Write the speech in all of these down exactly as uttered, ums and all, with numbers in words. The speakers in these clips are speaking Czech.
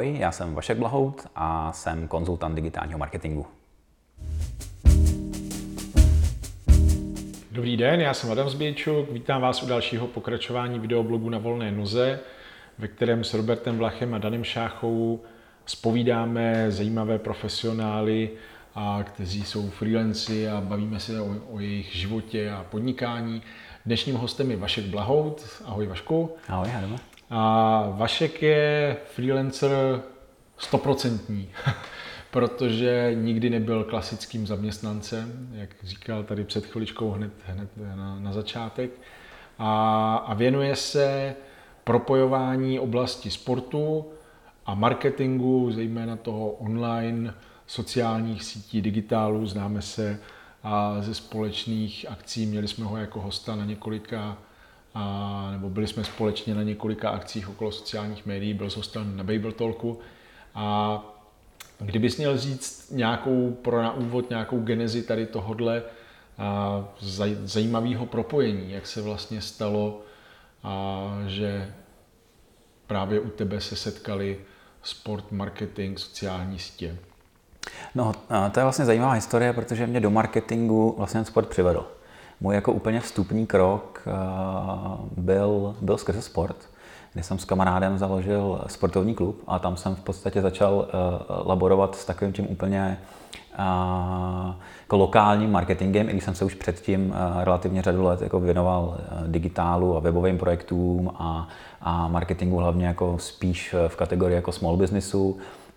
Ahoj, já jsem Vašek Blahout a jsem konzultant digitálního marketingu. Dobrý den, já jsem Adam Zbějčuk, vítám vás u dalšího pokračování videoblogu Na volné noze, ve kterém s Robertem Vlachem a Danem Šáchou zpovídáme zajímavé profesionály, a kteří jsou freelanci a bavíme se o, o jejich životě a podnikání. Dnešním hostem je Vašek Blahout. Ahoj Vašku. Ahoj, Adame. A Vašek je freelancer stoprocentní, protože nikdy nebyl klasickým zaměstnancem, jak říkal tady před chviličkou hned, hned na, na začátek. A, a věnuje se propojování oblasti sportu a marketingu, zejména toho online, sociálních sítí, digitálu. Známe se a ze společných akcí, měli jsme ho jako hosta na několika, a, nebo byli jsme společně na několika akcích okolo sociálních médií, byl hostem na Babel Talku. A kdybys měl říct nějakou, pro na úvod, nějakou genezi tady tohodle a, zaj, zajímavého propojení, jak se vlastně stalo, a, že právě u tebe se setkali sport, marketing, sociální sítě. No, to je vlastně zajímavá historie, protože mě do marketingu vlastně sport přivedl. Můj jako úplně vstupní krok byl, byl skrze sport, kdy jsem s kamarádem založil sportovní klub a tam jsem v podstatě začal laborovat s takovým tím úplně jako lokálním marketingem, i když jsem se už předtím relativně řadu let jako věnoval digitálu a webovým projektům a, a marketingu hlavně jako spíš v kategorii jako small businessu,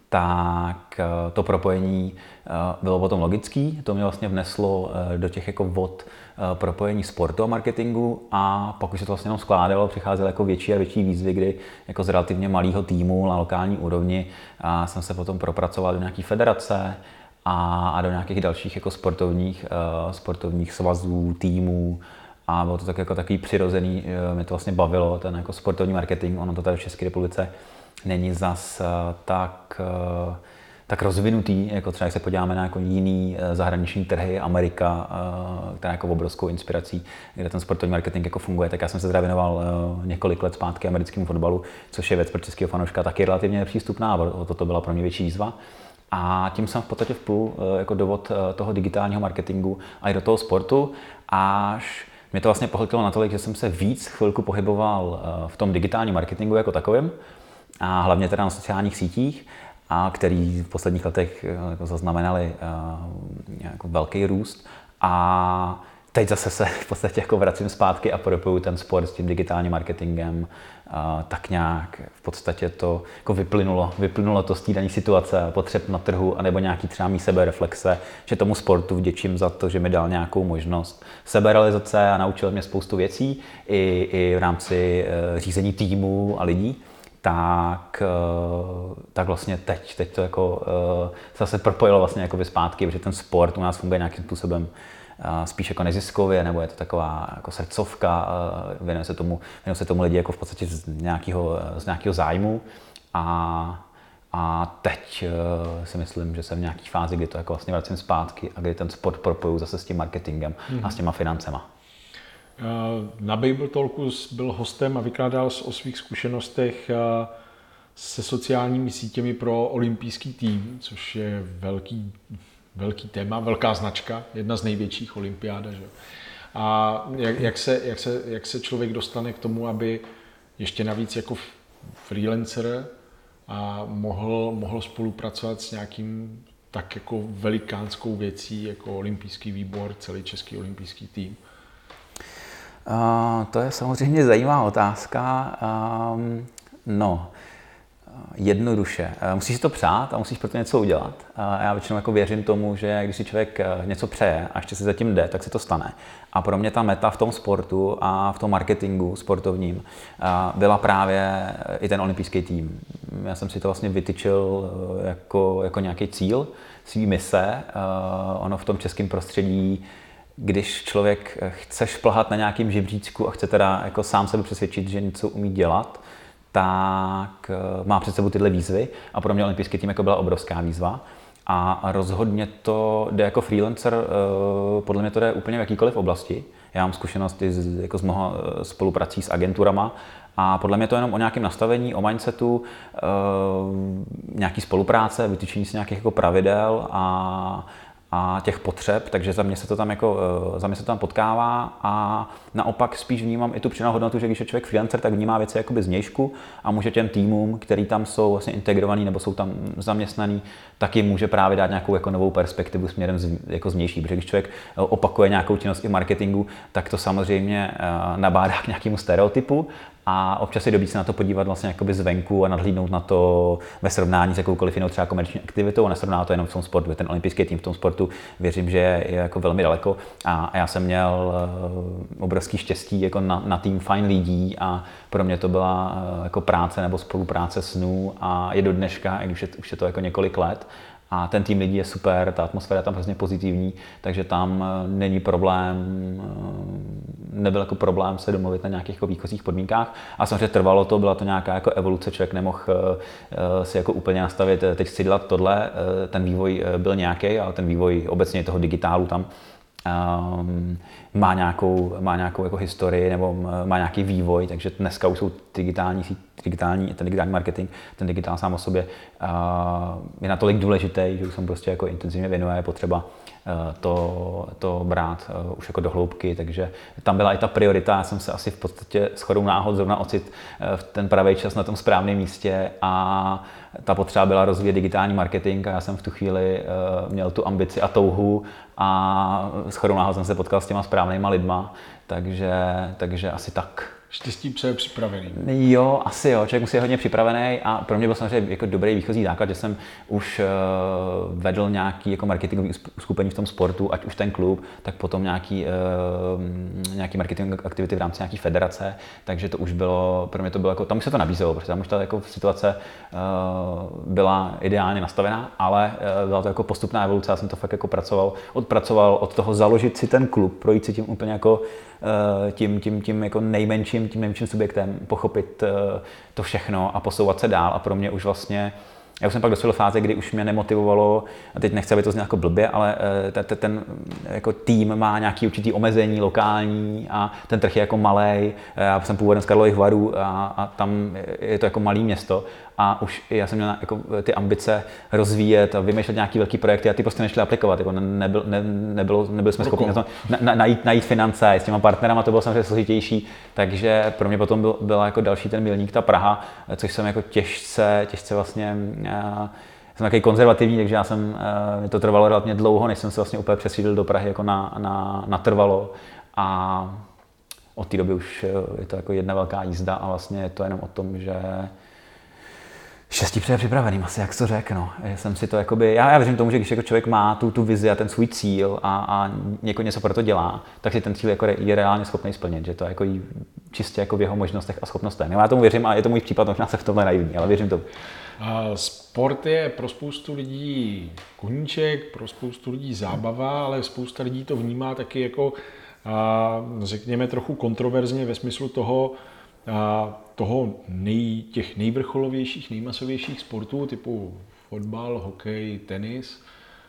tak to propojení bylo potom logický. To mě vlastně vneslo do těch jako vod propojení sportu a marketingu a pak už se to vlastně jenom skládalo, přicházely jako větší a větší výzvy, kdy jako z relativně malého týmu na lokální úrovni a jsem se potom propracoval do nějaké federace a, a do nějakých dalších jako sportovních, sportovních svazů, týmů. A bylo to tak jako takový přirozený, mě to vlastně bavilo, ten jako sportovní marketing, ono to tady v České republice není zas tak, tak rozvinutý, jako třeba když se podíváme na jako jiný zahraniční trhy, Amerika, která je jako obrovskou inspirací, kde ten sportovní marketing jako funguje, tak já jsem se teda věnoval několik let zpátky americkému fotbalu, což je věc pro českého fanouška taky relativně nepřístupná, toto byla pro mě větší výzva. A tím jsem v podstatě vplul jako dovod toho digitálního marketingu a i do toho sportu, až mě to vlastně pohltilo natolik, že jsem se víc chvilku pohyboval v tom digitálním marketingu jako takovém, a hlavně teda na sociálních sítích, a který v posledních letech jako zaznamenali uh, jako velký růst. A teď zase se v podstatě jako vracím zpátky a propojuju ten sport s tím digitálním marketingem. Uh, tak nějak v podstatě to jako vyplynulo, vyplynulo to z té dané situace, potřeb na trhu, anebo nějaký třeba mý sebereflexe, že tomu sportu vděčím za to, že mi dal nějakou možnost seberealizace a naučil mě spoustu věcí i, i v rámci uh, řízení týmu a lidí. Tak, tak vlastně teď, teď to jako zase propojilo vlastně jakoby zpátky, protože ten sport u nás funguje nějakým způsobem spíš jako neziskově, nebo je to taková jako srdcovka, věnuje se tomu, věnuje se tomu lidi jako v podstatě z nějakého, z nějakého zájmu a, a teď si myslím, že jsem v nějaké fázi, kdy to jako vlastně vracím zpátky a kdy ten sport propojuju zase s tím marketingem mm-hmm. a s těma financema. Na Babel Talku byl hostem a vykládal o svých zkušenostech se sociálními sítěmi pro olympijský tým, což je velký, velký téma, velká značka, jedna z největších olympiád. Že? A jak, jak, se, jak, se, jak se člověk dostane k tomu, aby ještě navíc jako freelancer a mohl, mohl spolupracovat s nějakým tak jako velikánskou věcí, jako olympijský výbor, celý český olympijský tým? Uh, to je samozřejmě zajímavá otázka. Um, no, jednoduše. Uh, musíš si to přát a musíš pro to něco udělat. Uh, já většinou jako věřím tomu, že když si člověk něco přeje a ještě si zatím jde, tak se to stane. A pro mě ta meta v tom sportu a v tom marketingu sportovním uh, byla právě i ten olympijský tým. Já jsem si to vlastně vytyčil jako, jako nějaký cíl, svý mise. Uh, ono v tom českém prostředí, když člověk chce šplhat na nějakým žebříčku a chce teda jako sám sebe přesvědčit, že něco umí dělat, tak má před sebou tyhle výzvy a pro mě olympijský tým jako byla obrovská výzva. A rozhodně to jde jako freelancer, podle mě to jde úplně v jakýkoliv oblasti. Já mám zkušenosti z, jako z mnoha spoluprací s agenturama a podle mě to je jenom o nějakém nastavení, o mindsetu, e, nějaký spolupráce, vytyčení si nějakých jako pravidel a a těch potřeb, takže za mě se to tam jako, za mě se to tam potkává a naopak spíš vnímám i tu přidanou hodnotu, že když je člověk freelancer, tak vnímá věci jakoby zvnějšku a může těm týmům, který tam jsou vlastně integrovaný nebo jsou tam zaměstnaný, taky může právě dát nějakou jako novou perspektivu směrem z, jako zvnější, protože když člověk opakuje nějakou činnost i marketingu, tak to samozřejmě nabádá k nějakému stereotypu a občas je dobrý se na to podívat vlastně jakoby zvenku a nadhlídnout na to ve srovnání s jakoukoliv jinou třeba komerční aktivitou a nesrovná to jenom v tom sportu. Ten olympijský tým v tom sportu věřím, že je, je jako velmi daleko a, a já jsem měl uh, obrovský štěstí jako na, na tým fajn lidí a pro mě to byla uh, jako práce nebo spolupráce snů a je do dneška, i když je, už je to jako několik let. A ten tým lidí je super, ta atmosféra je tam hrozně pozitivní, takže tam není problém, nebyl jako problém se domluvit na nějakých jako výchozích podmínkách. A samozřejmě trvalo to, byla to nějaká jako evoluce, člověk nemohl si jako úplně nastavit, teď chci dělat tohle, ten vývoj byl nějaký, ale ten vývoj obecně toho digitálu tam Um, má nějakou, má nějakou jako historii nebo má nějaký vývoj, takže dneska už jsou digitální, digitální, ten digitální marketing, ten digitál sám o sobě uh, je natolik důležitý, že už jsem prostě jako intenzivně věnuje, je potřeba uh, to, to brát uh, už jako do hloubky, takže tam byla i ta priorita, já jsem se asi v podstatě shodou náhod zrovna ocit uh, v ten pravý čas na tom správném místě a ta potřeba byla rozvíjet digitální marketing a já jsem v tu chvíli uh, měl tu ambici a touhu a shodou náhod jsem se potkal s těma správnýma lidma, takže, takže asi tak. Štěstí pře je připravený. Jo, asi jo, člověk musí být hodně připravený a pro mě byl samozřejmě jako dobrý výchozí základ, že jsem už uh, vedl nějaký jako marketingový uskupení v tom sportu, ať už ten klub, tak potom nějaký, uh, nějaký marketingové aktivity v rámci nějaký federace, takže to už bylo, pro mě to bylo jako, tam už se to nabízelo, protože tam už ta jako situace uh, byla ideálně nastavená, ale uh, byla to jako postupná evoluce, já jsem to fakt jako pracoval, odpracoval od toho založit si ten klub, projít si tím úplně jako tím, tím, tím jako nejmenším, tím nejmenším subjektem, pochopit to všechno a posouvat se dál. A pro mě už vlastně, já už jsem pak dospěl do fáze, kdy už mě nemotivovalo, a teď nechci, aby to znělo jako blbě, ale ten, ten jako tým má nějaký určitý omezení lokální a ten trh je jako malej. Já jsem původem z Karlových Varů a, a tam je to jako malý město. A už já jsem měl jako ty ambice rozvíjet a vymýšlet nějaký velký projekty a ty prostě nešly aplikovat. Jako nebyl, ne, nebylo, nebyli jsme schopni na to, na, na, najít, najít finance, s těma partnerama to bylo samozřejmě složitější, takže pro mě potom byl, byla jako další ten milník ta Praha, což jsem jako těžce, těžce vlastně, já, jsem takový konzervativní, takže já jsem, mě to trvalo relativně dlouho, než jsem se vlastně úplně přesídlil do Prahy jako na, na, natrvalo a od té doby už je to jako jedna velká jízda a vlastně je to jenom o tom, že štěstí přeje připraveným, asi jak to řekl, no. Jsem si to jakoby, já, já věřím tomu, že když jako člověk má tu, tu vizi a ten svůj cíl a, a něko něco pro to dělá, tak si ten cíl jako je reálně schopný splnit, že to jako jí, čistě jako v jeho možnostech a schopnostech. Já tomu věřím a je to můj případ, možná se v tomhle naivní, ale věřím tomu. Sport je pro spoustu lidí koníček, pro spoustu lidí zábava, ale spousta lidí to vnímá taky jako, řekněme, trochu kontroverzně ve smyslu toho, toho nej, těch nejvrcholovějších, nejmasovějších sportů typu fotbal, hokej, tenis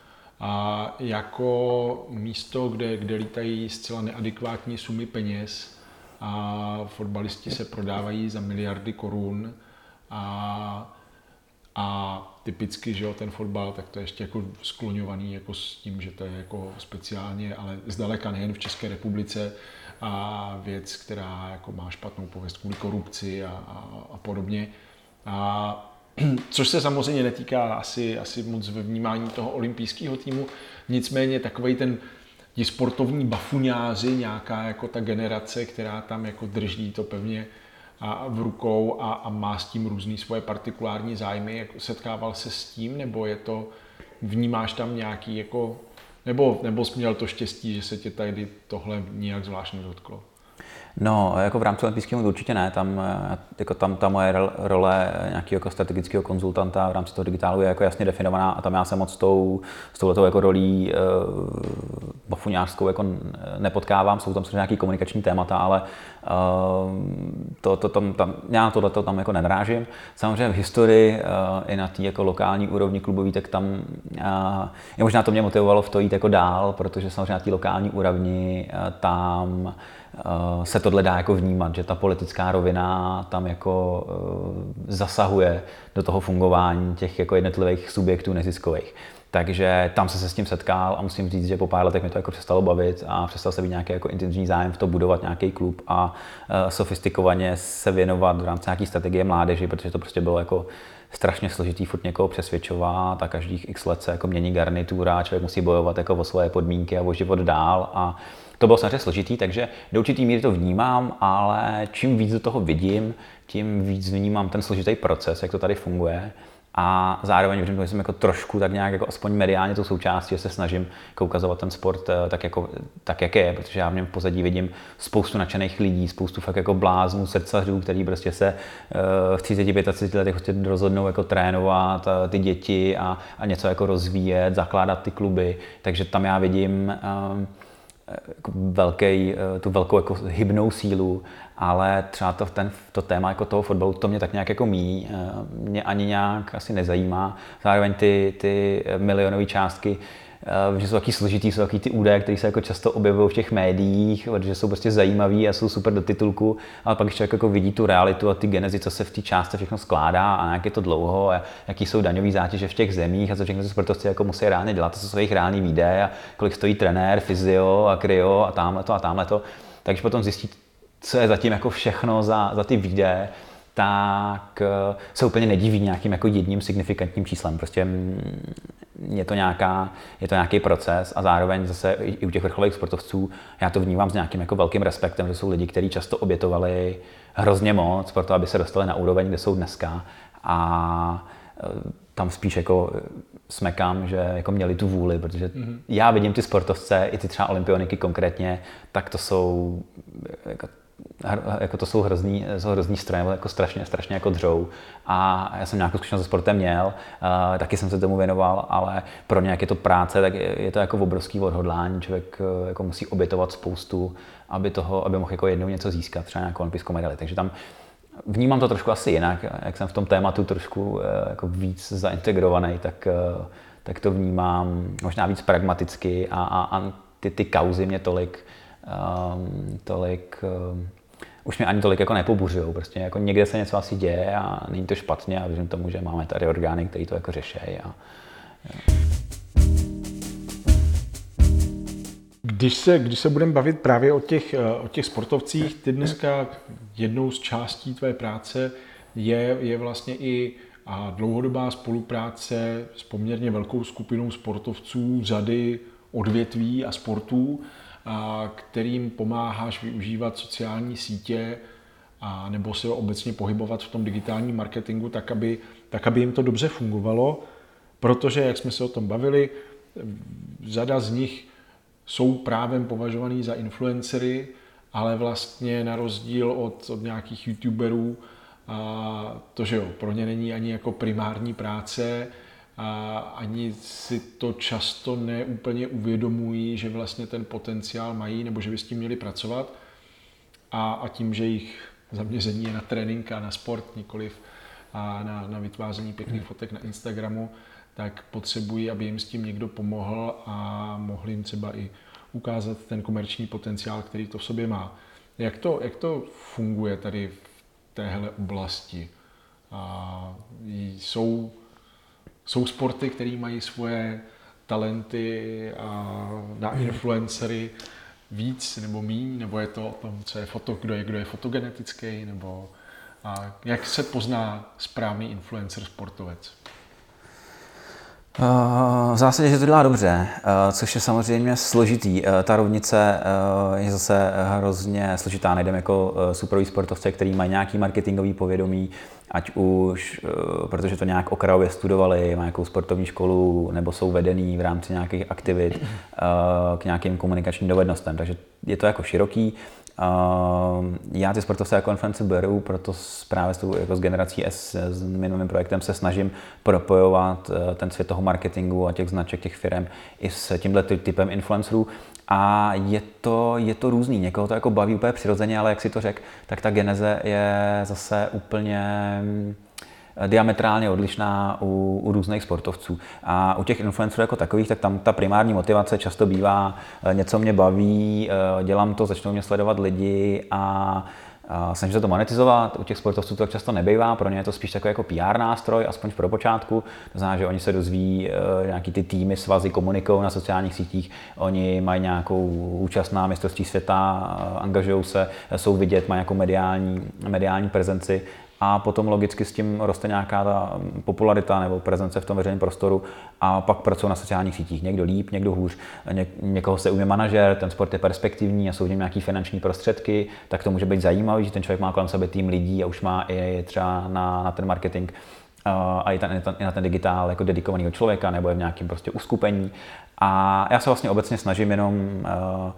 a jako místo, kde, kde lítají zcela neadekvátní sumy peněz a fotbalisti se prodávají za miliardy korun a, a typicky, že jo, ten fotbal, tak to je ještě jako skloňovaný jako s tím, že to je jako speciálně, ale zdaleka nejen v České republice, a věc, která jako má špatnou pověst kvůli korupci a, a, a podobně. A, což se samozřejmě netýká asi, asi moc ve vnímání toho olympijského týmu, nicméně takovej ten ti sportovní bafuňáři, nějaká jako ta generace, která tam jako drží to pevně a, v rukou a, a má s tím různý svoje partikulární zájmy. Jako setkával se s tím, nebo je to, vnímáš tam nějaký jako Nebo, nebo jsi měl to štěstí, že se tě tady tohle nijak zvlášť nedotklo? No, jako v rámci olympijského určitě ne, tam, jako tam ta moje role nějakého jako strategického konzultanta v rámci toho digitálu je jako jasně definovaná a tam já se moc s, tou, s touhletou jako rolí e, bafuňářskou jako nepotkávám, jsou tam samozřejmě nějaký komunikační témata, ale e, to, to, tam, tam, já na tohleto tam jako nenarážím. Samozřejmě v historii e, i na té jako lokální úrovni klubový, tak tam e, možná to mě motivovalo v to jít jako dál, protože samozřejmě na té lokální úrovni e, tam se tohle dá jako vnímat, že ta politická rovina tam jako zasahuje do toho fungování těch jako jednotlivých subjektů neziskových. Takže tam jsem se s tím setkal a musím říct, že po pár letech mi to jako přestalo bavit a přestal se být nějaký jako intenzivní zájem v to budovat nějaký klub a sofistikovaně se věnovat v rámci nějaké strategie mládeži, protože to prostě bylo jako strašně složitý furt někoho přesvědčovat a každých x let se jako mění garnitura a člověk musí bojovat jako o svoje podmínky a o život dál a to bylo samozřejmě složitý, takže do určitý míry to vnímám, ale čím víc do toho vidím, tím víc vnímám ten složitý proces, jak to tady funguje. A zároveň vím, že jsem jako trošku tak nějak jako aspoň mediálně tou součástí, že se snažím ukazovat ten sport tak, jako, tak, jak je, protože já v něm v pozadí vidím spoustu nadšených lidí, spoustu fakt jako bláznů, srdcařů, kteří prostě se v třiceti, třiceti letech prostě rozhodnou jako trénovat ty děti a, a něco jako rozvíjet, zakládat ty kluby, takže tam já vidím um, jako velký, tu velkou jako hybnou sílu, ale třeba to, ten, to téma jako toho fotbalu, to mě tak nějak jako míjí, mě ani nějak asi nezajímá. Zároveň ty, ty milionové částky, že jsou taky složitý, jsou taky ty údaje, které se jako často objevují v těch médiích, protože jsou prostě zajímavý a jsou super do titulku, ale pak když člověk jako vidí tu realitu a ty genezi, co se v té částce všechno skládá a jak je to dlouho a jaký jsou daňové zátěže v těch zemích a co všechno se sportovci jako musí reálně dělat, to jsou jejich reální výdaje a kolik stojí trenér, fyzio a kryo a tamhleto a tamhleto, takže potom zjistí, co je zatím jako všechno za, za ty výdaje, tak se úplně nediví nějakým jako jedním signifikantním číslem. Prostě je to, nějaká, je to nějaký proces a zároveň zase i u těch vrcholových sportovců já to vnímám s nějakým jako velkým respektem, že jsou lidi, kteří často obětovali hrozně moc pro to, aby se dostali na úroveň, kde jsou dneska a tam spíš jako smekám, že jako měli tu vůli, protože mm-hmm. já vidím ty sportovce, i ty třeba olympioniky konkrétně, tak to jsou jako jako to jsou hrozný, jsou hrozný stroje, jako strašně, strašně jako dřou. A já jsem nějakou zkušenost se sportem měl, uh, taky jsem se tomu věnoval, ale pro ně, jak je to práce, tak je, je to jako obrovský odhodlání. Člověk uh, jako musí obětovat spoustu, aby, toho, aby mohl jako jednou něco získat, třeba nějakou olympijskou medaili. Takže tam vnímám to trošku asi jinak, jak jsem v tom tématu trošku uh, jako víc zaintegrovaný, tak, uh, tak to vnímám možná víc pragmaticky a, a, a ty, ty kauzy mě tolik Um, tolik, um, už mě ani tolik jako nepobuřujou, prostě jako někde se něco asi děje a není to špatně a věřím tomu, že máme tady orgány, které to jako řešejí. A, když se, když se budeme bavit právě o těch, o těch sportovcích, ty dneska jednou z částí tvé práce je, je vlastně i a dlouhodobá spolupráce s poměrně velkou skupinou sportovců řady odvětví a sportů, a kterým pomáháš využívat sociální sítě a nebo se obecně pohybovat v tom digitálním marketingu tak aby, tak, aby jim to dobře fungovalo, protože, jak jsme se o tom bavili, řada z nich jsou právem považovaný za influencery, ale vlastně na rozdíl od, od nějakých youtuberů, a to, že jo, pro ně není ani jako primární práce, a ani si to často neúplně uvědomují, že vlastně ten potenciál mají nebo že by s tím měli pracovat. A, a tím, že jejich zaměření je na trénink a na sport, nikoliv a na, na vytváření pěkných fotek na Instagramu, tak potřebují, aby jim s tím někdo pomohl a mohli jim třeba i ukázat ten komerční potenciál, který to v sobě má. Jak to, jak to funguje tady v téhle oblasti? A jsou Jsou sporty, které mají svoje talenty a na influencery víc nebo míň, nebo je to o tom, co je foto, kdo je, kdo je fotogenetický, nebo a jak se pozná správný influencer sportovec? V zásadě, že to dělá dobře, což je samozřejmě složitý. Ta rovnice je zase hrozně složitá. Najdeme jako superoví sportovce, kteří mají nějaký marketingový povědomí, ať už, protože to nějak okrajově studovali, mají nějakou sportovní školu, nebo jsou vedený v rámci nějakých aktivit k nějakým komunikačním dovednostem. Takže je to jako široký. Já ty sportovce jako influencer beru, proto právě s, tou, jako s generací S, s minulým projektem se snažím propojovat ten svět toho marketingu a těch značek, těch firm i s tímhle typem influencerů. A je to, je to různý, někoho to jako baví úplně přirozeně, ale jak si to řekl, tak ta geneze je zase úplně diametrálně odlišná u, u různých sportovců. A u těch influencerů jako takových, tak tam ta primární motivace často bývá, něco mě baví, dělám to, začnou mě sledovat lidi a snažím se to monetizovat. U těch sportovců to tak často nebývá, pro ně je to spíš takový jako P R nástroj, aspoň pro počátku. To znamená, že oni se dozví, nějaký ty týmy, svazy komunikují na sociálních sítích, oni mají nějakou účast na mistrovství světa, angažují se, jsou vidět, mají nějakou mediální, mediální prezenci. A potom logicky s tím roste nějaká ta popularita nebo prezence v tom veřejném prostoru a pak pracují na sociálních sítích. Někdo líp, někdo hůř, Ně, někoho se umí manažer, ten sport je perspektivní a jsou v něm nějaké finanční prostředky, tak to může být zajímavý, že ten člověk má kolem sebe tým lidí a už má i třeba na, na ten marketing a i, ten, i na ten digitál jako dedikovaného člověka nebo je v nějakém prostě uskupení. A já se vlastně obecně snažím jenom uh,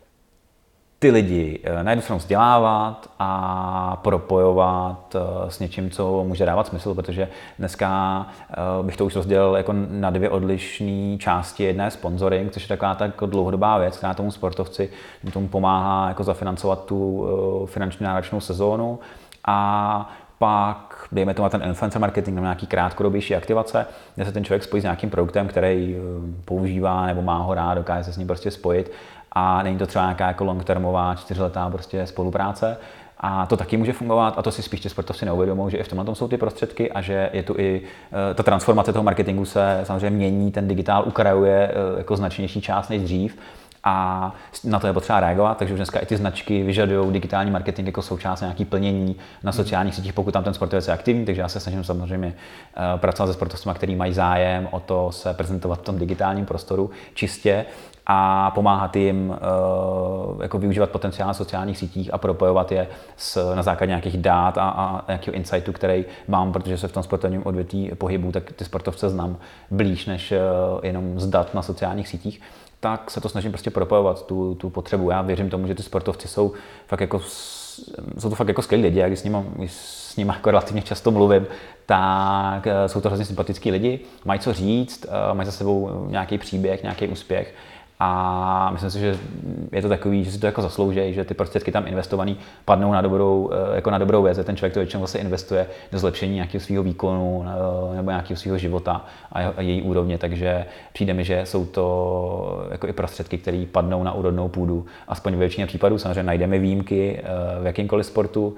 ty lidi na jednu stranu vzdělávat a propojovat s něčím, co může dávat smysl, protože dneska bych to už rozdělil jako na dvě odlišné části. Jedna je sponsoring, což je taková tak dlouhodobá věc, která tomu sportovci tomu pomáhá jako zafinancovat tu finančně náročnou sezónu. A pak dejme tomu ten influencer marketing nebo nějaký krátkodobější aktivace, kde se ten člověk spojí s nějakým produktem, který používá nebo má ho rád, dokáže se s ním prostě spojit. A není to třeba nějaká jako long-termová, čtyřletá prostě spolupráce. A to taky může fungovat a to si spíš ti sportovci neuvědomují, že i v tomhle tom jsou ty prostředky a že je tu i ta transformace toho marketingu se samozřejmě mění, ten digitál ukrajuje jako značnější část než dřív. A na to je potřeba reagovat, takže už dneska i ty značky vyžadují digitální marketing jako součást nějaký plnění na sociálních sítích, pokud tam ten sportovec je aktivní, takže já se snažím samozřejmě pracovat se sportovci, kteří mají zájem o to se prezentovat v tom digitálním prostoru čistě a pomáhat jim jako využívat potenciál na sociálních sítích a propojovat je s, na základě nějakých dát a, a nějakého insightu, který mám, protože se v tom sportovním odvětví pohybu, tak ty sportovce znám blíž než jenom z dat na sociálních sítích. Tak se to snažím prostě propojovat, tu, tu potřebu. Já věřím tomu, že ty sportovci jsou fakt jako, jsou to fakt jako skvělí lidi, jak s nimi, s nimi jako relativně často mluvím, tak jsou to hrozně sympatický lidi, mají co říct, mají za sebou nějaký příběh, nějaký úspěch. A myslím si, že je to takový, že si to jako zaslouží, že ty prostředky tam investovaný padnou na dobrou, jako na dobrou věc. Ten člověk to většinou vlastně investuje do zlepšení nějakého svého výkonu nebo nějakého svého života a její úrovně, takže přijde mi, že jsou to jako i prostředky, které padnou na úrodnou půdu. Aspoň ve většině případů samozřejmě najdeme výjimky v jakýmkoliv sportu.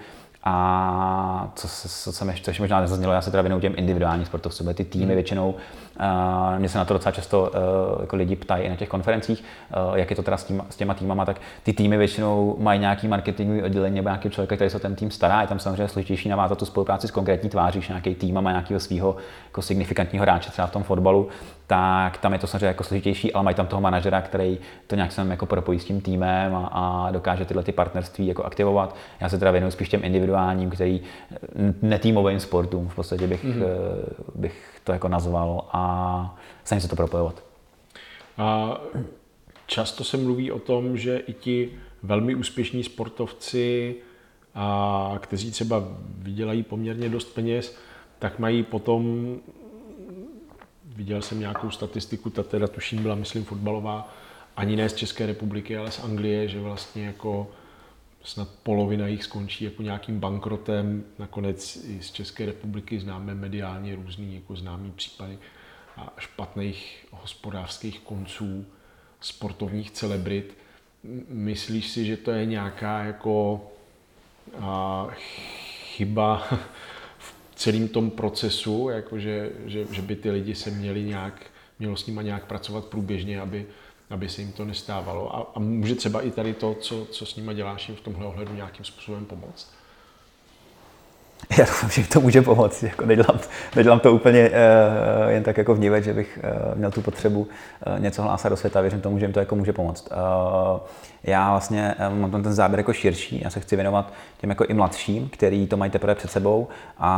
A co, co jsem ještě, což možná nezaznělo, já se teda věnuju těm individuálním sportovcům, ty týmy hmm. většinou, uh, mě se na to docela často uh, jako lidi ptají i na těch konferencích, uh, jak je to teda s, tím, s těma týmama, tak ty týmy většinou mají nějaký marketingový oddělení nebo nějaký člověk, který se o ten tým stará, je tam samozřejmě složitější navázat tu spolupráci s konkrétní tváří, že nějaký tým má nějakého svého jako signifikantního hráče třeba v tom fotbalu, tak tam je to samozřejmě jako složitější, ale mají tam toho manažera, který to nějak sem jako propojí s tím týmem a, a dokáže tyhle ty partnerství jako aktivovat. Já se teda věnuju spíš těm individuálním, který netýmovým sportům, v podstatě bych, mm-hmm. bych to jako nazval a snažím se to propojovat. A často se mluví o tom, že i ti velmi úspěšní sportovci, a kteří třeba vydělají poměrně dost peněz, tak mají potom, viděl jsem nějakou statistiku, ta teda tuším byla, myslím, fotbalová, ani ne z České republiky, ale z Anglie, že vlastně jako snad polovina jich skončí jako nějakým bankrotem. Nakonec i z České republiky známe mediálně různý jako známý případy a špatných hospodářských konců sportovních celebrit. Myslíš si, že to je nějaká jako a, chyba v celém tom procesu, jako že, že, že by ty lidi se měli nějak, mělo s nima nějak pracovat průběžně, aby aby se jim to nestávalo. A, a může třeba i tady to, co, co s nima děláš, jim v tomhle ohledu nějakým způsobem pomoct? Já doufám, že to může pomoct. Jako nedělám, nedělám to úplně uh, jen tak jako vnívat, že bych uh, měl tu potřebu uh, něco hlásat do světa. Věřím tomu, že jim to jako může pomoct. Uh, já vlastně uh, mám tam ten záběr jako širší. Já se chci věnovat těm jako i mladším, který to mají teprve před sebou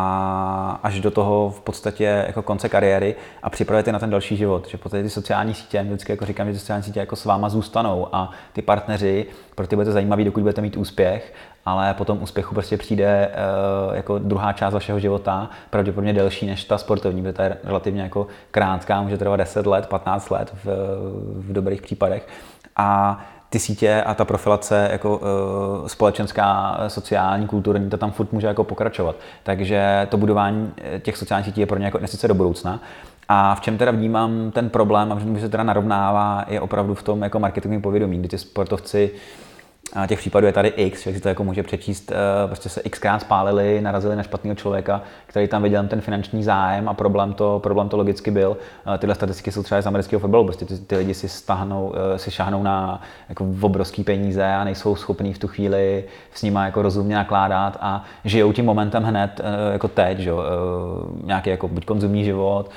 a až do toho v podstatě jako konce kariéry a připravit je na ten další život. Že v podstatě ty sociální sítě, vždycky jako říkám, že ty sociální sítě jako s váma zůstanou a ty partneři, pro ty bude to zajímavý, dokud budete mít úspěch, ale po tom úspěchu prostě přijde uh, jako druhá část vašeho života, pravděpodobně delší než ta sportovní, protože ta je relativně jako krátká, může trvat deset let, patnáct let v, v dobrých případech. A ty sítě a ta profilace jako uh, společenská, sociální, kulturní, to tam furt může jako pokračovat. Takže to budování těch sociálních sítí je pro ně jako investice do budoucna. A v čem teda vnímám ten problém, a že se teda narovnává, je opravdu v tom jako marketingovém povědomí, kdy ty sportovci, a těch případů je tady X, jak si to jako může přečíst, prostě se xkrát spálili, narazili na špatného člověka, který tam viděl ten finanční zájem a problém to, problém to logicky byl. Tyhle statistiky jsou třeba z amerického fotbalu, prostě ty, ty lidi si, stahnou, si šáhnou na jako obrovský peníze a nejsou schopní v tu chvíli s nima jako rozumně nakládat a žijou tím momentem hned jako teď, že? Nějaký jako buď konzumní život,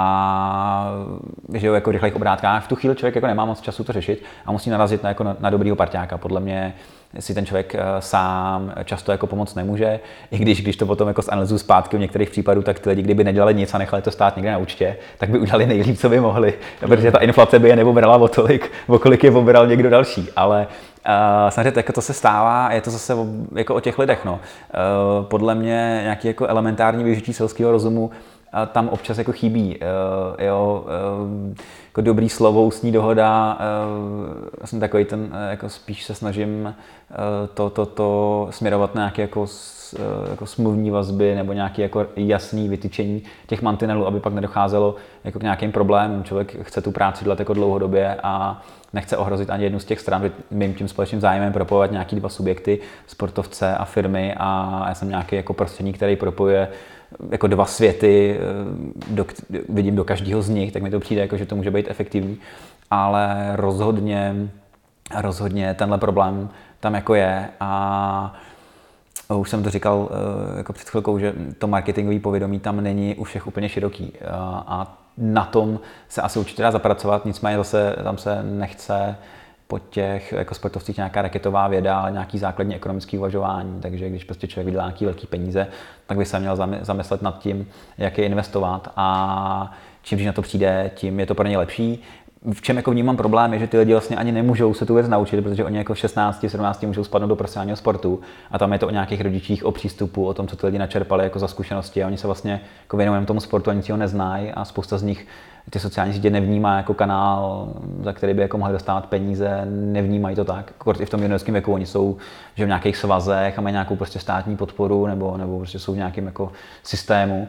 a žijou jako v rychlých obrátkách. V tu chvíli člověk jako nemá moc času to řešit a musí narazit na, jako na, na dobrýho parťáka. Podle mě si ten člověk sám často jako pomoct nemůže, i když, když to potom jako zanalyzuju zpátky v některých případů, tak ty lidi, kdyby nedělali nic a nechali to stát někde na účtě, tak by udělali nejlíp, co by mohli, protože ta inflace by je neobrala o tolik, o kolik je obral někdo další. Ale Uh, samozřejmě jako to se stává, je to zase o, jako o těch lidech. No. Uh, podle mě nějaký jako elementární využití selského rozumu uh, tam občas jako chybí. Uh, jo, uh, jako dobrý slovo, ústní dohoda, uh, já jsem takový ten, uh, jako spíš se snažím uh, to, to, to směrovat na nějaké jako, s, uh, jako smluvní vazby nebo nějaké jako jasné vytyčení těch mantinelů, aby pak nedocházelo jako k nějakým problémům. Člověk chce tu práci dělat jako dlouhodobě a nechce ohrozit ani jednu z těch stran, mým tím společným zájmem propojovat nějaký dva subjekty, sportovce a firmy a já jsem nějaký jako prostředník, který propojuje jako dva světy, do, vidím do každého z nich, tak mi to přijde, jako, že to může být efektivní, ale rozhodně, rozhodně tenhle problém tam jako je a už jsem to říkal jako před chvilkou, že to marketingové povědomí tam není u všech úplně široký a na tom se asi určitě dá zapracovat, nicméně zase tam se nechce po těch jako sportovcích nějaká raketová věda, ale nějaký základní ekonomický uvažování, takže když prostě člověk vydělá nějaký velký peníze, tak by se měl zamyslet nad tím, jak je investovat a čím když na to přijde, tím je to pro ně lepší. V čem jako vnímám problém je, že ty lidi vlastně ani nemůžou se tu věc naučit, protože oni jako v šestnácti, sedmnácti můžou spadnout do profesionálního sportu a tam je to o nějakých rodičích, o přístupu, o tom, co ty lidi načerpali jako za zkušenosti a oni se vlastně jako věnují tomu sportu a nic ho neznají a spousta z nich ty sociální sítě nevnímá jako kanál, za který by jako mohli dostávat peníze, nevnímají to tak. Kort i v tom juniorském věku, oni jsou že v nějakých svazech a mají nějakou prostě státní podporu nebo, nebo prostě jsou v nějakém jako systému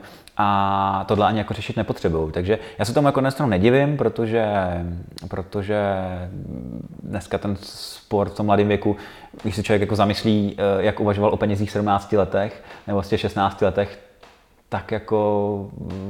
a tohle ani jako řešit nepotřebují. Takže já se tomu jako dnes nedivím, protože, protože dneska ten sport v tom mladém věku, když se člověk jako zamyslí, jak uvažoval o penězích v sedmnácti letech nebo v těch šestnácti letech, tak jako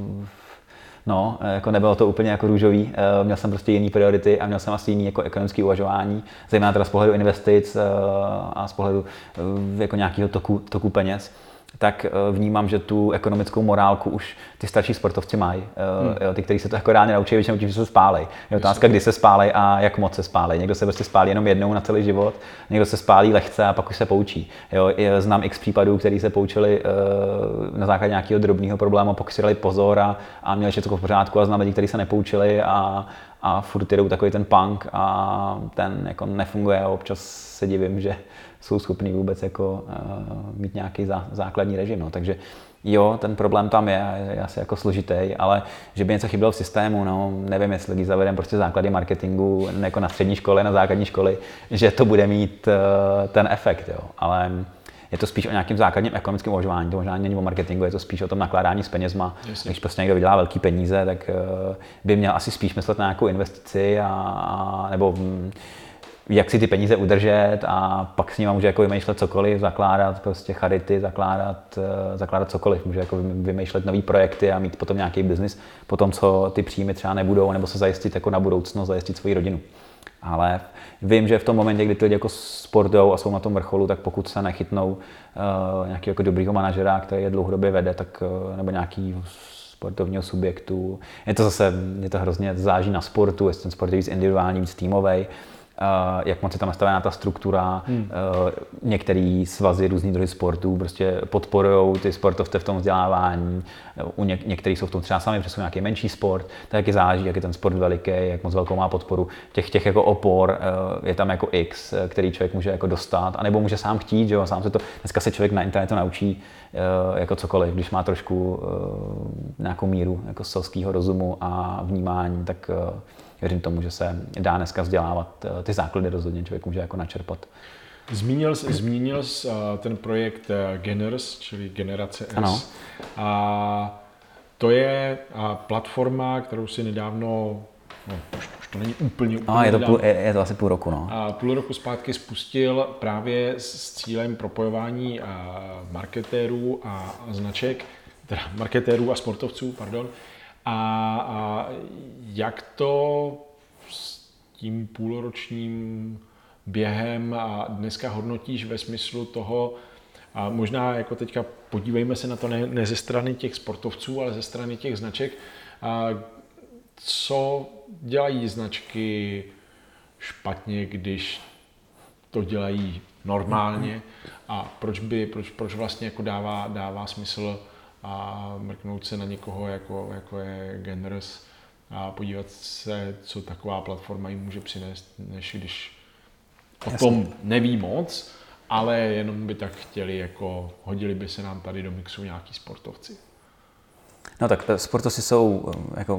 no, jako nebylo to úplně jako růžový, měl jsem prostě jiný priority a měl jsem asi jiný jako ekonomické uvažování, zejména teda z pohledu investic a z pohledu jako nějakého toku, toku peněz. Tak vnímám, že tu ekonomickou morálku už ty starší sportovci mají. Hmm. Jo, ty, kteří se to jako rádi naučí, většinou tím, že se spálej. Je otázka, kdy se spálej a jak moc se spálej. Někdo se prostě spálí jenom jednou na celý život, někdo se spálí lehce a pak už se poučí. Jo, znám x případů, kteří se poučili uh, na základě nějakého drobného problému, pak si dali pozor a, a měli všechno v pořádku a znám lidi, kteří se nepoučili a, a furt jedou takový ten punk a ten jako nefunguje a občas se divím, že jsou schopní vůbec jako uh, mít nějaký zá, základní režim. No. Takže jo, ten problém tam je, je asi jako složitý, ale že by něco chybělo v systému, no, nevím, jestli když zavedeme prostě základy marketingu jako na střední škole, na základní školy, že to bude mít uh, ten efekt, jo. Ale je to spíš o nějakém základním ekonomickém uvažování, to možná není o marketingu, je to spíš o tom nakládání s penězma. Jasně. Když prostě někdo vydělá velký peníze, tak uh, by měl asi spíš myslet na nějakou investici a, a nebo um, jak si ty peníze udržet a pak s nimi může jako vymýšlet cokoliv, zakládat prostě charity, zakládat, zakládat cokoliv. Může jako vymýšlet nový projekty a mít potom nějaký biznis, potom co ty příjmy třeba nebudou, nebo se zajistit jako na budoucnost, zajistit svoji rodinu. Ale vím, že v tom momentě, kdy ty lidi jako sportujou a jsou na tom vrcholu, tak pokud se nechytnou uh, nějakého jako dobrýho manažera, který je dlouhodobě vede, tak, uh, nebo nějaký sportovního subjektu. Je to zase, je to hrozně záží na sportu, jestli ten sport je víc individuální, víc týmovej. Uh, jak moc je tam nastavená ta struktura. Hmm. Uh, některé svazy, různý druhy sportů prostě podporují ty sportovce v tom vzdělávání. U něk- některých jsou v tom třeba sami, protože jsou nějaký menší sport. Tak jak je záleží, jak je ten sport veliký, jak moc velkou má podporu. Těch, těch jako opor uh, je tam jako X, který člověk může jako dostat, anebo může sám chtít, že jo, sám se to, dneska se člověk na internetu naučí uh, jako cokoliv, když má trošku uh, nějakou míru jako selského rozumu a vnímání, tak uh, věřím tomu, že se dá dneska vzdělávat. Ty základy rozhodně člověk může jako načerpat. Zmínil jsi, zmínil jsi ten projekt Geners, čili Generace S. Ano. A to je platforma, kterou si nedávno, no, už, už to není úplně, úplně a je, to nedávno, půl, je, je to asi půl roku. No. A půl roku zpátky spustil právě s cílem propojování marketérů a značek, teda marketérů a sportovců, pardon. A, a jak to s tím půlročním během a dneska hodnotíš ve smyslu toho, a možná jako teďka podívejme se na to ne, ne ze strany těch sportovců, ale ze strany těch značek, a co dělají značky špatně, když to dělají normálně a proč, by, proč, proč vlastně jako dává, dává smysl a mrknout se na někoho, jako, jako je Geners a podívat se, co taková platforma jim může přinést, než když o Jasně. tom neví moc, ale jenom by tak chtěli, jako hodili by se nám tady do mixu nějaký sportovci. No tak sportovci jsou jako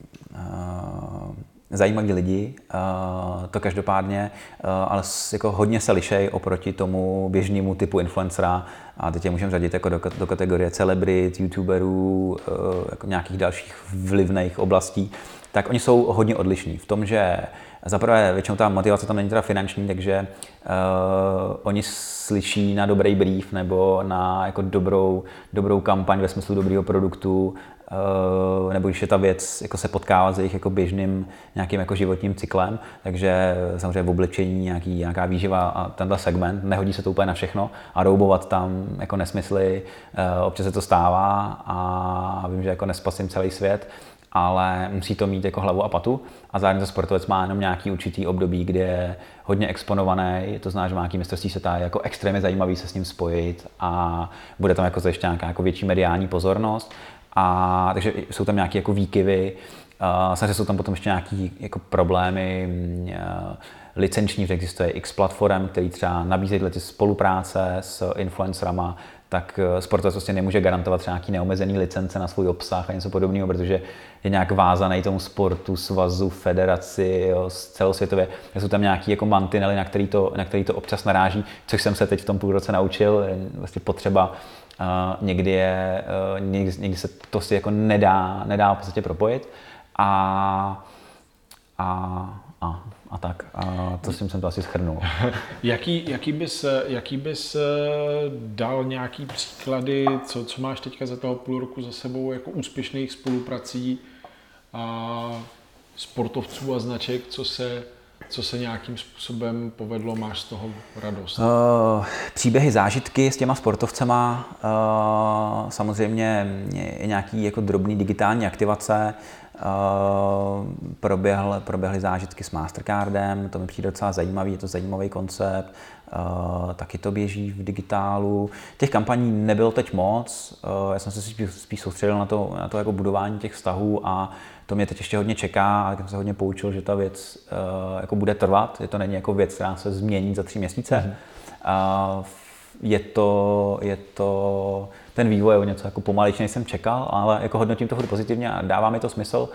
uh, zajímaví lidi, uh, to každopádně, uh, ale jako hodně se lišej oproti tomu běžnému typu influencera a teď je můžeme řadit jako do, do kategorie celebrit, youtuberů, uh, jako nějakých dalších vlivných oblastí, tak oni jsou hodně odlišní v tom, že zaprvé většinou ta motivace tam není teda finanční, takže uh, oni slyší na dobrý brief nebo na jako dobrou, dobrou kampaň ve smyslu dobrého produktu, uh, nebo když je ta věc jako se potkává s jejich jako běžným nějakým jako životním cyklem, takže samozřejmě v oblečení nějaký, nějaká výživa a tenhle segment, nehodí se to úplně na všechno a roubovat tam jako nesmysly, uh, občas se to stává a vím, že jako nespasím celý svět, ale musí to mít jako hlavu a patu a zároveň to sportovec má jenom nějaký určitý období, kde je hodně exponovaný, to znamená, že má nějaký mistrovství světa, je jako extrémně zajímavý se s ním spojit a bude tam jako ještě nějaká jako větší mediální pozornost a takže jsou tam nějaké jako výkyvy, uh, samozřejmě jsou tam potom ještě nějaké jako problémy uh, licenční, že existuje x platform, který třeba nabízejí tyhle spolupráce s influencerama, tak sportovec prostě nemůže garantovat třeba nějaký neomezený licence na svůj obsah a něco podobného, protože je nějak vázaný tomu sportu, svazu, federaci, jo, celosvětově. Jsou tam nějaký jako mantinely, na který, to, na který to občas naráží, což jsem se teď v tom půl roce naučil. Vlastně potřeba uh, někdy, je, uh, někdy, někdy se to si jako nedá, nedá v podstatě propojit. A, a, a, a tak. A to jsem to asi shrnul. jaký, jaký, bys, jaký bys dal nějaký příklady, co, co máš teďka za toho půl roku za sebou jako úspěšných spoluprací a sportovců a značek, co se, co se nějakým způsobem povedlo, máš z toho radost? Uh, příběhy, zážitky s těma sportovcema, uh, samozřejmě je nějaký jako drobný digitální aktivace, Uh, proběhl, proběhly zážitky s Mastercardem, to mi přijde docela zajímavý, je to zajímavý koncept, uh, taky to běží v digitálu. Těch kampaní nebylo teď moc, uh, já jsem se spíš, spíš soustředil na to, na to jako budování těch vztahů a to mě teď ještě hodně čeká a jsem se hodně poučil, že ta věc uh, jako bude trvat, je to není jako věc, která se změní za tři měsíce. Mm. Uh, je to, je to ten vývoj je o něco jako pomalejší, než jsem čekal, ale jako hodnotím to pozitivně a dává mi to smysl.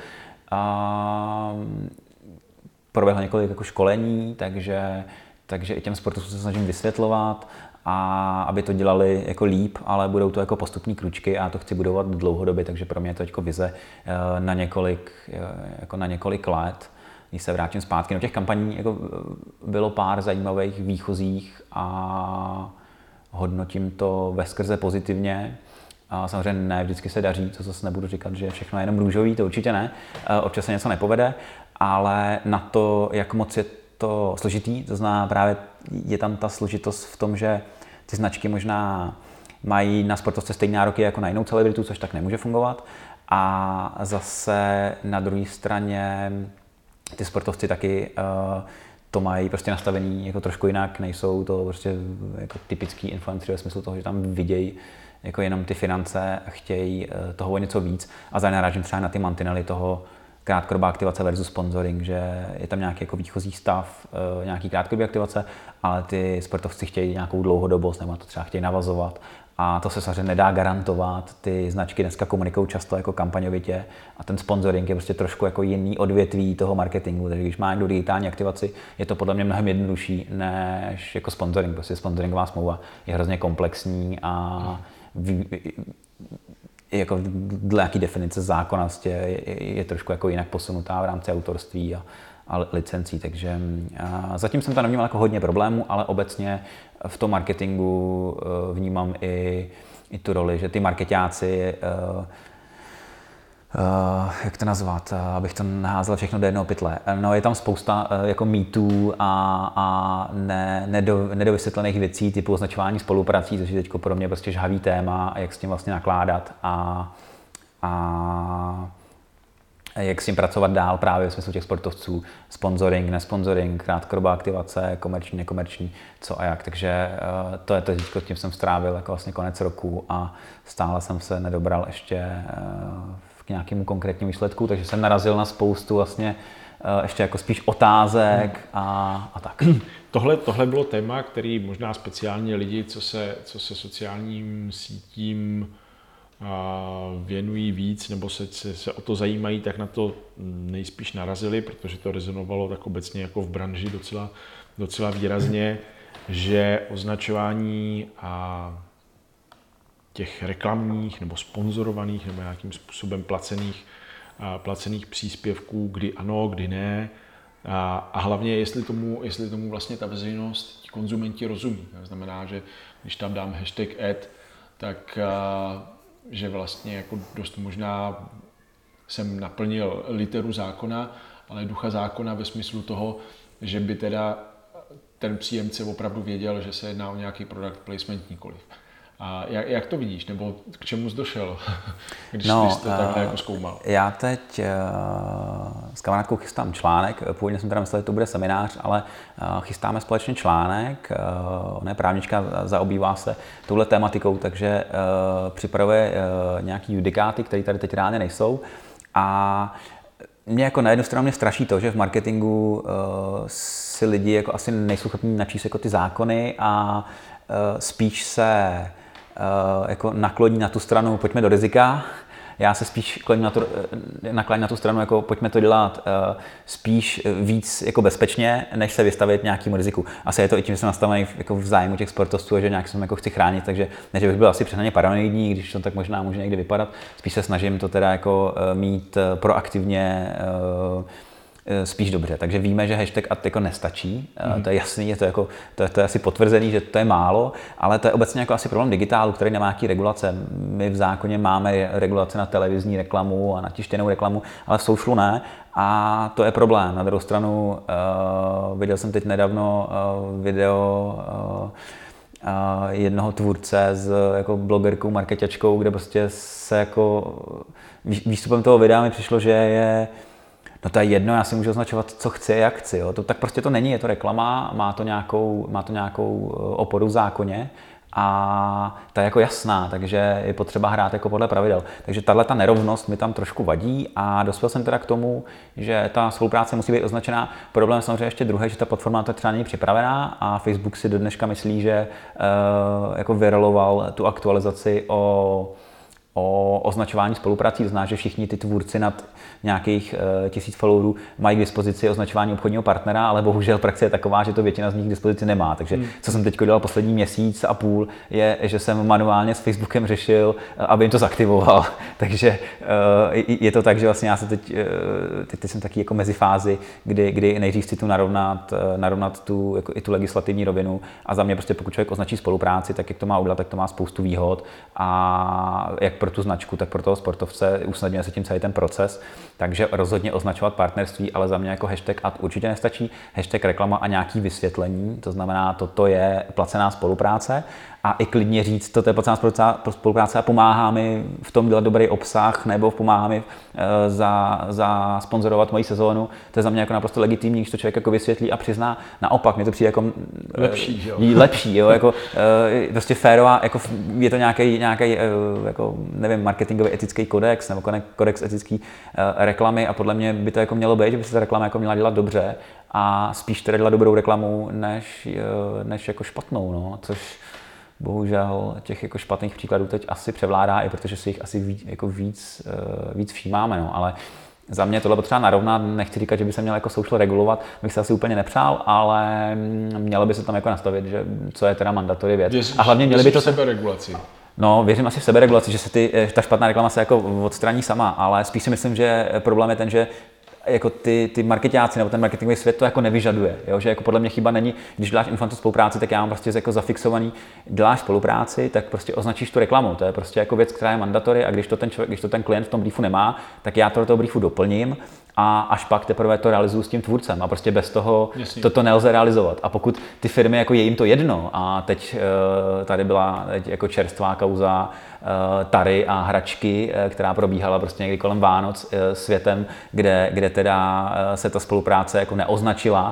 A proběhlo několik jako školení, takže, takže i těm sportovcům se snažím vysvětlovat, a aby to dělali jako líp, ale budou to jako postupní kručky a já to chci budovat dlouhodobě, takže pro mě je to jako vize na několik, jako na několik let. Když se vrátím zpátky, no těch kampaní jako bylo pár zajímavých výchozích a hodnotím to veskrze pozitivně. A samozřejmě ne vždycky se daří, to zase nebudu říkat, že všechno je jenom růžový, to určitě ne. Občas se něco nepovede, ale na to, jak moc je to složitý, to znamená právě je tam ta složitost v tom, že ty značky možná mají na sportovce stejné nároky jako na jinou celebritu, což tak nemůže fungovat. A zase na druhé straně ty sportovci taky uh, to mají prostě nastavený jako trošku jinak, nejsou to prostě jako typický influenceři ve smyslu toho, že tam vidějí jako jenom ty finance a chtějí uh, toho o něco víc a zároveň narážím třeba na ty mantinely toho krátkodobá aktivace versus sponsoring, že je tam nějaký jako výchozí stav, uh, nějaký krátkodobý aktivace, ale ty sportovci chtějí nějakou dlouhodobost nebo to třeba chtějí navazovat. A to se samozřejmě nedá garantovat, ty značky dneska komunikují často jako kampaňovitě a ten sponsoring je prostě trošku jako jiný odvětví toho marketingu, takže když má někdo digitální aktivaci, je to podle mě mnohem jednodušší než jako sponsoring, prostě sponsoringová smlouva je hrozně komplexní a v, jako dle nějaký definice zákona je, je trošku jako jinak posunutá v rámci autorství a, a licencí, takže a zatím jsem tam nevnímal jako hodně problémů, ale obecně v tom marketingu vnímám i, i tu roli, že ty marketáci, uh, uh, jak to nazvat, abych to naházel všechno do jednoho pytle. No, je tam spousta uh, jako mýtů a, a ne, nedo, nedovysvětlených věcí typu označování spoluprací, což je teď pro mě prostě žhavý téma a jak s tím vlastně nakládat a, a jak s tím pracovat dál právě v smyslu těch sportovců, sponsoring, nesponsoring, krátkodobá aktivace, komerční, nekomerční, co a jak. Takže uh, to je to, s tím jsem strávil jako vlastně konec roku a stále jsem se nedobral ještě uh, k nějakému konkrétnímu výsledku, takže jsem narazil na spoustu vlastně uh, ještě jako spíš otázek a, a tak. Tohle, tohle bylo téma, který možná speciálně lidi, co se, co se sociálním sítím věnují víc nebo se, se, se o to zajímají, tak na to nejspíš narazili, protože to rezonovalo tak obecně jako v branži docela, docela výrazně, že označování a těch reklamních nebo sponzorovaných nebo nějakým způsobem placených, placených příspěvků, kdy ano, kdy ne, a, a hlavně jestli tomu, jestli tomu vlastně ta veřejnost, ti konzumenti rozumí. To znamená, že když tam dám hashtag ad, tak že vlastně jako dost možná jsem naplnil literu zákona, ale ducha zákona ve smyslu toho, že by teda ten příjemce opravdu věděl, že se jedná o nějaký product placement nikoliv. A jak, jak to vidíš, nebo k čemu jsi došel, když no, jsi to takhle jako zkoumal? Já teď uh, s kamarádkou chystám článek, původně jsem teda myslel, že to bude seminář, ale uh, chystáme společně článek, uh, ona je právnička, zaobývá se touhle tématikou, takže uh, připravuje uh, nějaký judikáty, které tady teď reálně nejsou. A mě jako na jednu stranu mě straší to, že v marketingu uh, si lidi jako asi nejsou schopni načíst jako ty zákony a uh, spíš se Uh, jako nakloní na tu stranu, pojďme do rizika. Já se spíš kloním na tu, nakláním na tu stranu, jako pojďme to dělat uh, spíš víc jako bezpečně, než se vystavit nějakému riziku. Asi je to i tím, že jsem nastavený jako v zájmu těch sportovců a že nějak se jako chci chránit, takže ne, že bych byl asi přehnaně paranoidní, když to tak možná může někdy vypadat. Spíš se snažím to teda jako uh, mít uh, proaktivně uh, spíš dobře. Takže víme, že hashtag ad jako nestačí, mm. to je jasný, je to, jako, to, je, to je asi potvrzený, že to je málo, ale to je obecně jako asi problém digitálu, který nemá nějaký regulace. My v zákoně máme regulace na televizní reklamu a na tištěnou reklamu, ale v socialu ne a to je problém. Na druhou stranu uh, viděl jsem teď nedávno uh, video uh, uh, jednoho tvůrce s jako blogerkou, marketačkou, kde prostě se jako výstupem toho videa mi přišlo, že je no to je jedno, já si můžu označovat, co chci, jak chci. Jo. To, tak prostě to není, je to reklama, má to nějakou, má to nějakou oporu v zákoně a ta je jako jasná, takže je potřeba hrát jako podle pravidel. Takže tahle ta nerovnost mi tam trošku vadí a dospěl jsem teda k tomu, že ta spolupráce musí být označená. Problém samozřejmě ještě druhý, že ta platforma to třeba není připravená a Facebook si do dneška myslí, že uh, jako vyroloval tu aktualizaci o o označování spoluprací, to znamená, že všichni ty tvůrci nad nějakých uh, tisíc followerů mají k dispozici označování obchodního partnera, ale bohužel praxe je taková, že to většina z nich k dispozici nemá. Takže hmm. co jsem teď dělal poslední měsíc a půl, je, že jsem manuálně s Facebookem řešil, aby jim to zaktivoval. Takže uh, je to tak, že vlastně já se teď, uh, teď, teď jsem taky jako mezi fázi, kdy, kdy nejdřív si tu narovnat, uh, narovnat tu, jako i tu legislativní rovinu a za mě prostě pokud člověk označí spolupráci, tak jak to má udělat, tak to má spoustu výhod a jak pro pro tu značku, tak pro toho sportovce, usnadňuje se tím celý ten proces, takže rozhodně označovat partnerství, ale za mě jako hashtag ad určitě nestačí, hashtag reklama a nějaký vysvětlení, to znamená, toto je placená spolupráce a i klidně říct, toto je placená spolupráce a pomáhá mi v tom dělat dobrý obsah nebo pomáhá mi za, za sponzorovat moji sezónu, to je za mě jako naprosto legitimní, když to člověk jako vysvětlí a přizná. Naopak, mě to přijde jako lepší, jo. lepší, jo, jako prostě férová, jako je to nějaký, nějaký jako nevím, marketingový etický kodex nebo kodex etický reklamy a podle mě by to jako mělo být, že by se ta reklama jako měla dělat dobře a spíš teda dělat dobrou reklamu než, než jako špatnou, no, což bohužel těch jako špatných příkladů teď asi převládá, i protože si jich asi víc, jako víc, víc všímáme, no, ale za mě tohle potřeba narovnat, nechci říkat, že by se měl jako social regulovat, bych se asi úplně nepřál, ale mělo by se tam jako nastavit, že co je teda mandatory věc. Věříš, a hlavně měli by to seberegulaci. No, věřím asi v seberegulaci, že se ty, ta špatná reklama se jako odstraní sama, ale spíš si myslím, že problém je ten, že jako ty, ty marketáci nebo ten marketingový svět to jako nevyžaduje, jo? Že jako podle mě chyba není, když děláš influencer spolupráci, tak já mám prostě jako zafixovaný, děláš spolupráci, tak prostě označíš tu reklamu, to je prostě jako věc, která je mandatory a když to ten, člověk, když to ten klient v tom briefu nemá, tak já to do toho briefu doplním a až pak teprve to realizuju s tím tvůrcem a prostě bez toho to, to nelze realizovat. A pokud ty firmy, jako je jim to jedno a teď tady byla teď jako čerstvá kauza Tary a hračky, která probíhala prostě někdy kolem Vánoc světem, kde, kde teda se ta spolupráce jako neoznačila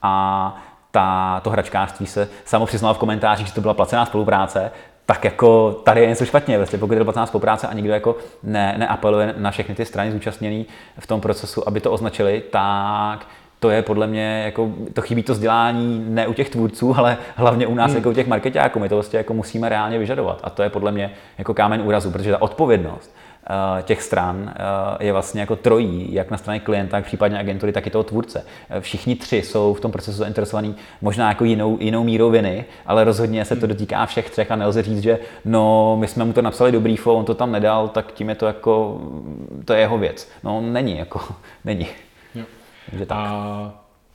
a ta, to hračkářství se samo přiznalo v komentářích, že to byla placená spolupráce, tak jako tady je něco špatně, vlastně, pokud je to placená spolupráce a nikdo jako ne, neapeluje na všechny ty strany zúčastněné v tom procesu, aby to označili, tak to je podle mě, jako, to chybí to vzdělání ne u těch tvůrců, ale hlavně u nás hmm. jako u těch marketáků, my to vlastně jako musíme reálně vyžadovat a to je podle mě jako kámen úrazu, protože ta odpovědnost uh, těch stran uh, je vlastně jako trojí, jak na straně klienta, tak případně agentury, tak i toho tvůrce. Uh, všichni tři jsou v tom procesu zainteresovaní možná jako jinou, jinou mírou viny, ale rozhodně se to dotýká všech třech a nelze říct, že no, my jsme mu to napsali do briefu, on to tam nedal, tak tím je to jako, to je jeho věc. No není, jako, není. Takže tak. A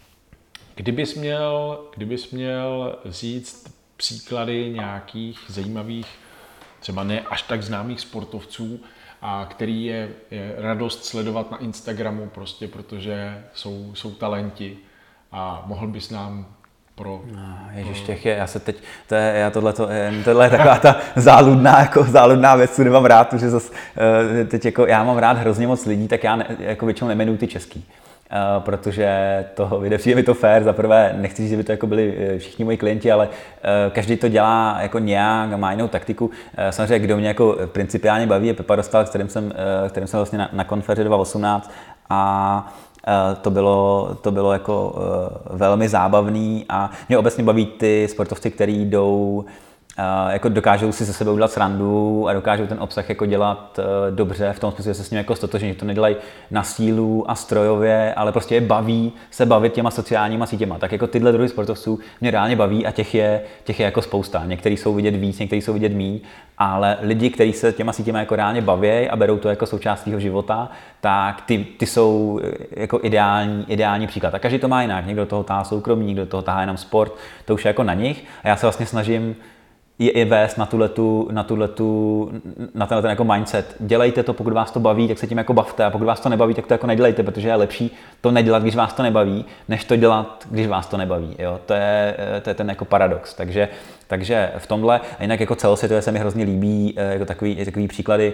kdybys měl, kdybys měl říct příklady nějakých zajímavých, třeba ne až tak známých sportovců, a který je, je radost sledovat na Instagramu prostě, protože jsou, jsou talenti a mohl bys nám pro... No, ježiš, těch je, já se teď, to je, já tohleto, tohle je taková ta záludná, jako záludná věc, co nemám rád, že zas, teď jako, já mám rád hrozně moc lidí, tak já ne, jako většinou nemenuji ty český. Uh, protože to přijde mi to fér, za prvé nechci říct, že by to jako byli všichni moji klienti, ale uh, každý to dělá jako nějak, má jinou taktiku. Uh, samozřejmě, kdo mě jako principiálně baví, je Pepa Dostal, s kterým jsem, uh, kterým jsem vlastně na, na konferenci dva tisíce osmnáct a uh, to bylo, to bylo jako uh, velmi zábavný a mě obecně baví ty sportovci, kteří jdou Uh, jako dokážou si ze sebe udělat srandu a dokážou ten obsah jako dělat uh, dobře, v tom smyslu, že se s ním jako stotožní, že to nedělají na sílu a strojově, ale prostě je baví se bavit těma sociálníma sítěma. Tak jako tyhle druhy sportovců mě reálně baví a těch je, těch je jako spousta. Někteří jsou vidět víc, někteří jsou vidět míň, ale lidi, kteří se těma sítěma jako reálně baví a berou to jako součást svého života, tak ty, ty jsou jako ideální, ideální příklad. A každý to má jinak. Někdo toho tahá soukromí, někdo toho tahá jenom sport, to už je jako na nich. A já se vlastně snažím je i vést na tuhletu, na tuhletu, na tenhle ten jako mindset. Dělejte to, pokud vás to baví, tak se tím jako bavte a pokud vás to nebaví, tak to jako nedělejte, protože je lepší to nedělat, když vás to nebaví, než to dělat, když vás to nebaví. Jo? To, je, to je ten jako paradox. Takže, takže v tomhle, a jinak jako celosvětově se mi hrozně líbí jako takový, takový příklady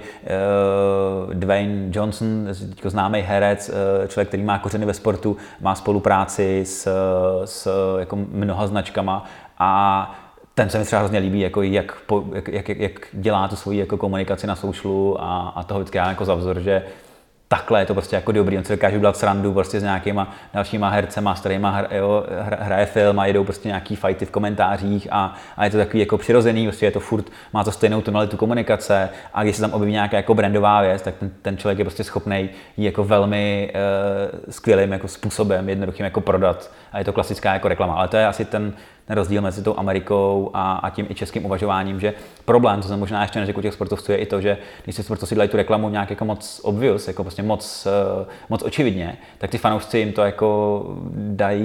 uh, Dwayne Johnson, jako známý herec, uh, člověk, který má kořeny ve sportu, má spolupráci s, s jako mnoha značkama a ten se mi třeba hrozně líbí, jako jak, po, jak, jak, jak dělá tu svoji jako komunikaci na socialu a, a toho vždycky já jako za vzor, že takhle je to prostě jako dobrý, on se dokáže udělat srandu prostě s nějakýma dalšíma hercema, s kterýma hra, jo, hraje film a jedou prostě nějaký fighty v komentářích a, a je to takový jako přirozený, prostě je to furt, má to stejnou tonalitu komunikace a když se tam objeví nějaká jako brandová věc, tak ten, ten člověk je prostě schopný ji jako velmi uh, skvělým jako způsobem, jednoduchým jako prodat a je to klasická jako reklama, ale to je asi ten ten rozdíl mezi tou Amerikou a, a tím i českým uvažováním, že problém, co jsem možná ještě neřekl u těch sportovců, je i to, že když si sportovci dělají tu reklamu nějak jako moc obvious, jako prostě moc, moc očividně, tak ty fanoušci jim to jako dají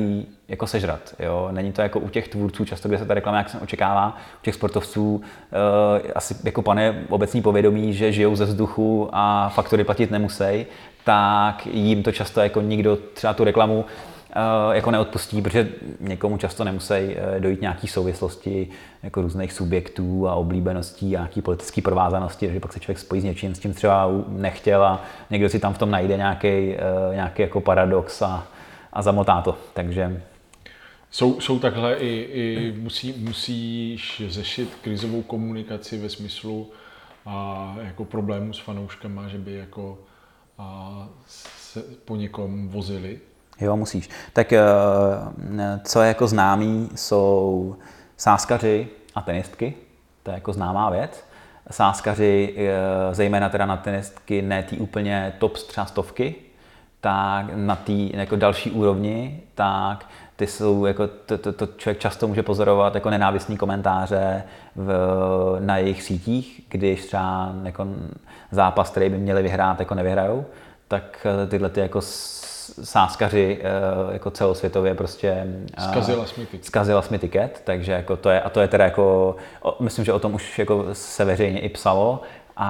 jako sežrat. Jo? Není to jako u těch tvůrců, často kde se ta reklama jak se očekává, u těch sportovců e, asi jako pane obecní povědomí, že žijou ze vzduchu a faktury platit nemusí, tak jim to často jako nikdo třeba tu reklamu e, jako neodpustí, protože někomu často nemusí dojít nějaký souvislosti jako různých subjektů a oblíbeností, nějaký politický provázanosti, takže pak se člověk spojí s něčím, s tím třeba nechtěl a někdo si tam v tom najde nějaký, e, nějaký jako paradox a, a zamotá to. Takže Jsou, jsou takhle i, i musí, musíš řešit krizovou komunikaci ve smyslu a, jako problémů s fanouškama, že by jako a, se po někom vozili? Jo, musíš. Tak co je jako známý, jsou sázkaři a tenistky, to je jako známá věc. Sázkaři, zejména teda na tenistky, ne ty úplně top třeba stovky, tak na té jako další úrovni, tak ty jsou, jako to, to, to člověk často může pozorovat jako nenávistný komentáře v, na jejich sítích, když třeba jako zápas, který by měli vyhrát, jako nevyhrajou, tak tyhle ty jako sázkaři jako celosvětově prostě Zkazila mi tiket. Zkazila mi tiket, takže jako to je, a to je teda jako, myslím, že o tom už jako se veřejně i psalo,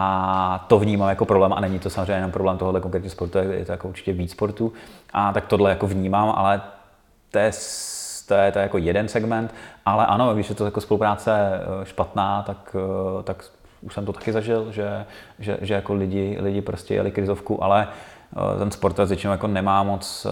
a to vnímám jako problém a není to samozřejmě jenom problém tohohle konkrétního sportu, je to jako určitě víc sportů. A tak tohle jako vnímám, ale to je, to je, to je jako jeden segment, ale ano, když je to jako spolupráce špatná, tak, tak už jsem to taky zažil, že, že, že jako lidi, lidi prostě jeli krizovku, ale ten sportovec většinou jako nemá moc,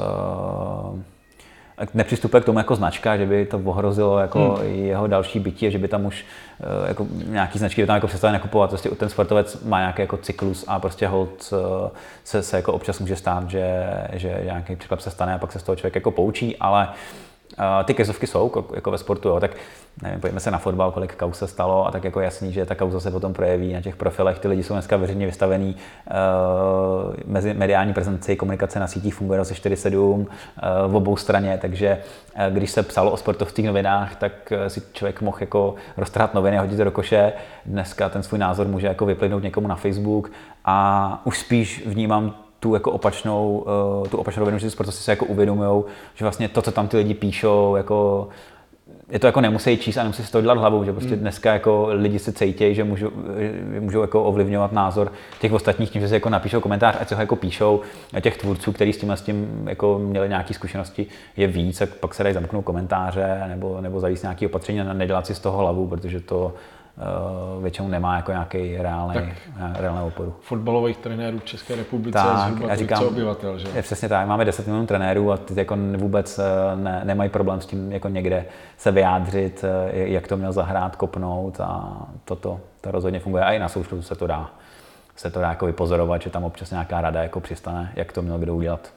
nepřistupuje k tomu jako značka, že by to ohrozilo jako hmm. jeho další bytí, že by tam už jako nějaký značky by tam jako přestali nakupovat. Prostě ten sportovec má nějaký jako cyklus a prostě hold se, se jako občas může stát, že, že nějaký překlep se stane a pak se z toho člověk jako poučí, ale Uh, ty krizovky jsou jako ve sportu, jo, tak nevím, pojďme se na fotbal, kolik kauz se stalo a tak jako jasný, že ta kauza se potom projeví na těch profilech, ty lidi jsou dneska veřejně vystavený, uh, mezi mediální prezentaci, komunikace na sítích funguje dvacet čtyři sedm uh, v obou straně, takže uh, když se psalo o sportovských novinách, tak uh, si člověk mohl jako roztrhat noviny, hodit to do koše, dneska ten svůj názor může jako vyplynout někomu na Facebook a už spíš vnímám tu jako opačnou, uh, tu opačnou rovinu, že ty sportovci se jako uvědomujou, že vlastně to, co tam ty lidi píšou, jako je to jako nemusí číst a nemusí si to dělat hlavou, že prostě dneska jako lidi se cítějí, že můžou, můžou jako ovlivňovat názor těch ostatních tím, že si jako napíšou komentář, ať se ho jako píšou, a těch tvůrců, kteří s tím s tím jako měli nějaké zkušenosti, je víc, a pak se dají zamknout komentáře nebo, nebo zavíst nějaké opatření a nedělat si z toho hlavu, protože to Uh, většinou nemá jako nějaký reálný, reálnou oporu. Fotbalových trenérů v České republice je zhruba třicet obyvatel, že? Je přesně tak, máme deset milionů trenérů a ty jako vůbec ne, nemají problém s tím jako někde se vyjádřit, jak to měl zahrát, kopnout a toto to rozhodně funguje. A i na soušlu se to dá, se to dá jako vypozorovat, že tam občas nějaká rada jako přistane, jak to měl kdo udělat.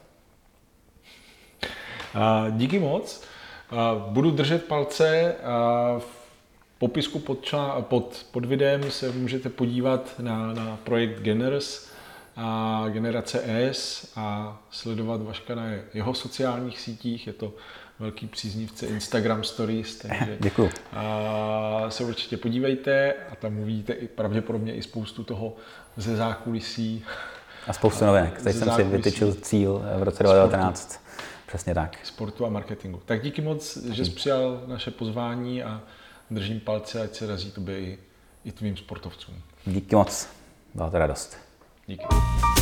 Uh, díky moc. Uh, budu držet palce. Uh, popisku pod, člán, pod, pod videem se můžete podívat na, na projekt Geners a Generace S a sledovat Vaška na jeho sociálních sítích. Je to velký příznivce Instagram Stories, takže děkuju. A se určitě podívejte a tam uvidíte i pravděpodobně i spoustu toho ze zákulisí. A spoustu novinek. Teď jsem si vytyčil cíl v roce dva tisíce devatenáct. Přesně tak. Sportu a marketingu. Tak díky moc, že jsi přijal naše pozvání a držím palce, ať se daří tobě i, i tvým sportovcům. Díky moc, byla to radost. Díky.